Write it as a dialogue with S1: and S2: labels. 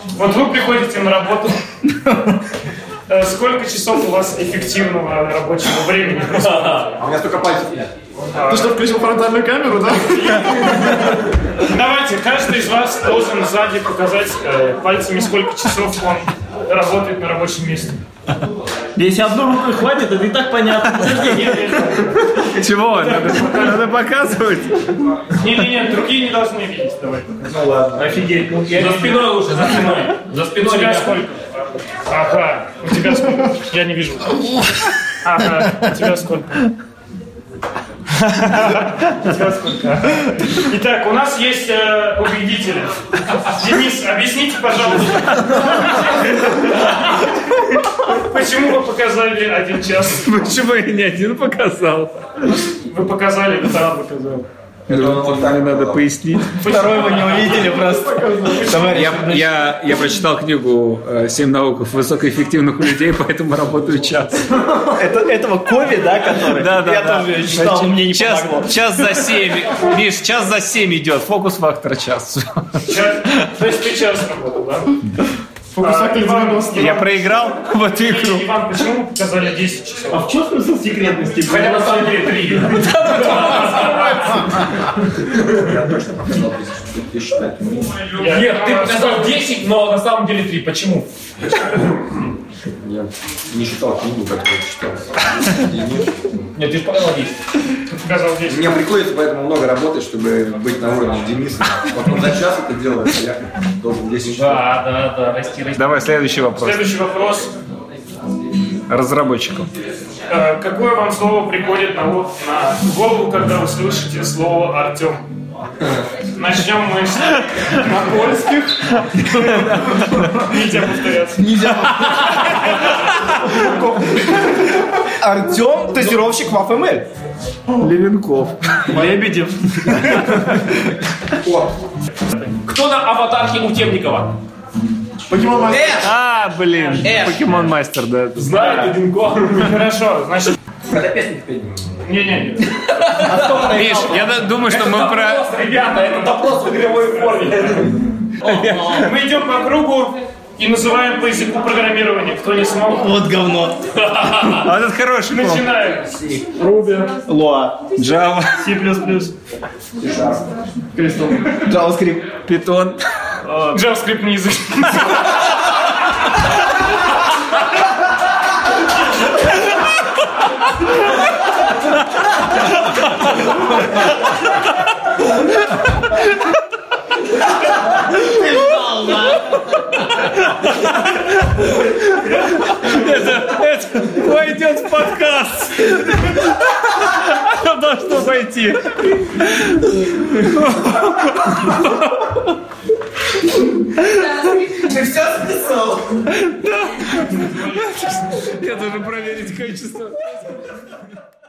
S1: Вот вы приходите на работу. Сколько часов у вас эффективного рабочего времени?
S2: А у меня столько пальцев нет.
S3: Ты что, включил фронтальную камеру, да?
S1: Давайте, каждый из вас должен сзади показать пальцами, сколько часов он работает на рабочем месте.
S4: Если одну руку хватит, это и так понятно.
S5: Чего? Надо показывать?
S1: Не, другие не должны видеть. Давай.
S2: Ну ладно.
S4: Офигеть.
S6: За спиной лучше, за спиной. За
S1: У
S6: спиной,
S1: тебя
S6: ребята.
S1: сколько? Ага, у тебя сколько? Я не вижу. Ага, у тебя сколько? У тебя сколько? Итак, у нас есть победители. Денис, объясните, пожалуйста. Почему вы показали 1 час?
S5: Почему я не один показал?
S1: Вы показали, да, показал.
S5: Мне надо пояснить.
S4: Второй вы не увидели просто.
S5: Я прочитал книгу «7 навыков высокоэффективных у людей», поэтому работаю час.
S4: Этого Кови, да, который?
S5: Да.
S4: Я тоже читал, мне не помогло.
S5: Час за 7. Миш, час за 7 идет. Фокус-фактор час.
S1: То есть ты час работал, да?
S5: Я проиграл в эту игру.
S1: Иван, почему вы показали 10 часов?
S4: А в чем смысл секретности?
S6: Хотя на самом деле 3.
S2: Я точно показал 10, ты считать.
S6: Нет, ты сказал 10, но на самом деле 3. Почему?
S2: Я не читал книгу, как я читал.
S6: Нет, ты же показал 10.
S1: Ты показал 10.
S2: Мне приходится поэтому много работать, чтобы быть на уровне Дениса. Вот он за час это делает, а я должен 10 часов.
S6: Да, расти.
S5: Давай, следующий вопрос.
S1: Следующий вопрос.
S5: Разработчикам.
S1: Какое вам слово приходит на голову, когда вы слышите слово «Артем»? Начнем мы с польских. Нельзя повторяться.
S4: Артем, тестировщик в АФМЛ.
S5: Левенков.
S4: Лебедев.
S6: Кто на аватарке у Темникова?
S3: Покемон Мастер.
S5: Блин. Покемон Мастер, да.
S6: Знает Левенков.
S1: Хорошо, значит...
S2: Когда песню петь?
S1: Не.
S5: Миш, я думаю, что мы про...
S6: Допрос, ребята, это допрос в игровой форме.
S1: Мы идем по кругу и называем по языку программирования. Кто не смог?
S4: Вот говно.
S5: А этот хороший комп.
S1: Начинаем.
S4: Лоа.
S5: Java.
S4: C++. JavaScript.
S5: Python.
S1: JavaScript не язык.
S5: Это войдет в подкаст. Оно должно войти.
S4: Ты все записал?
S5: Я должен проверить качество.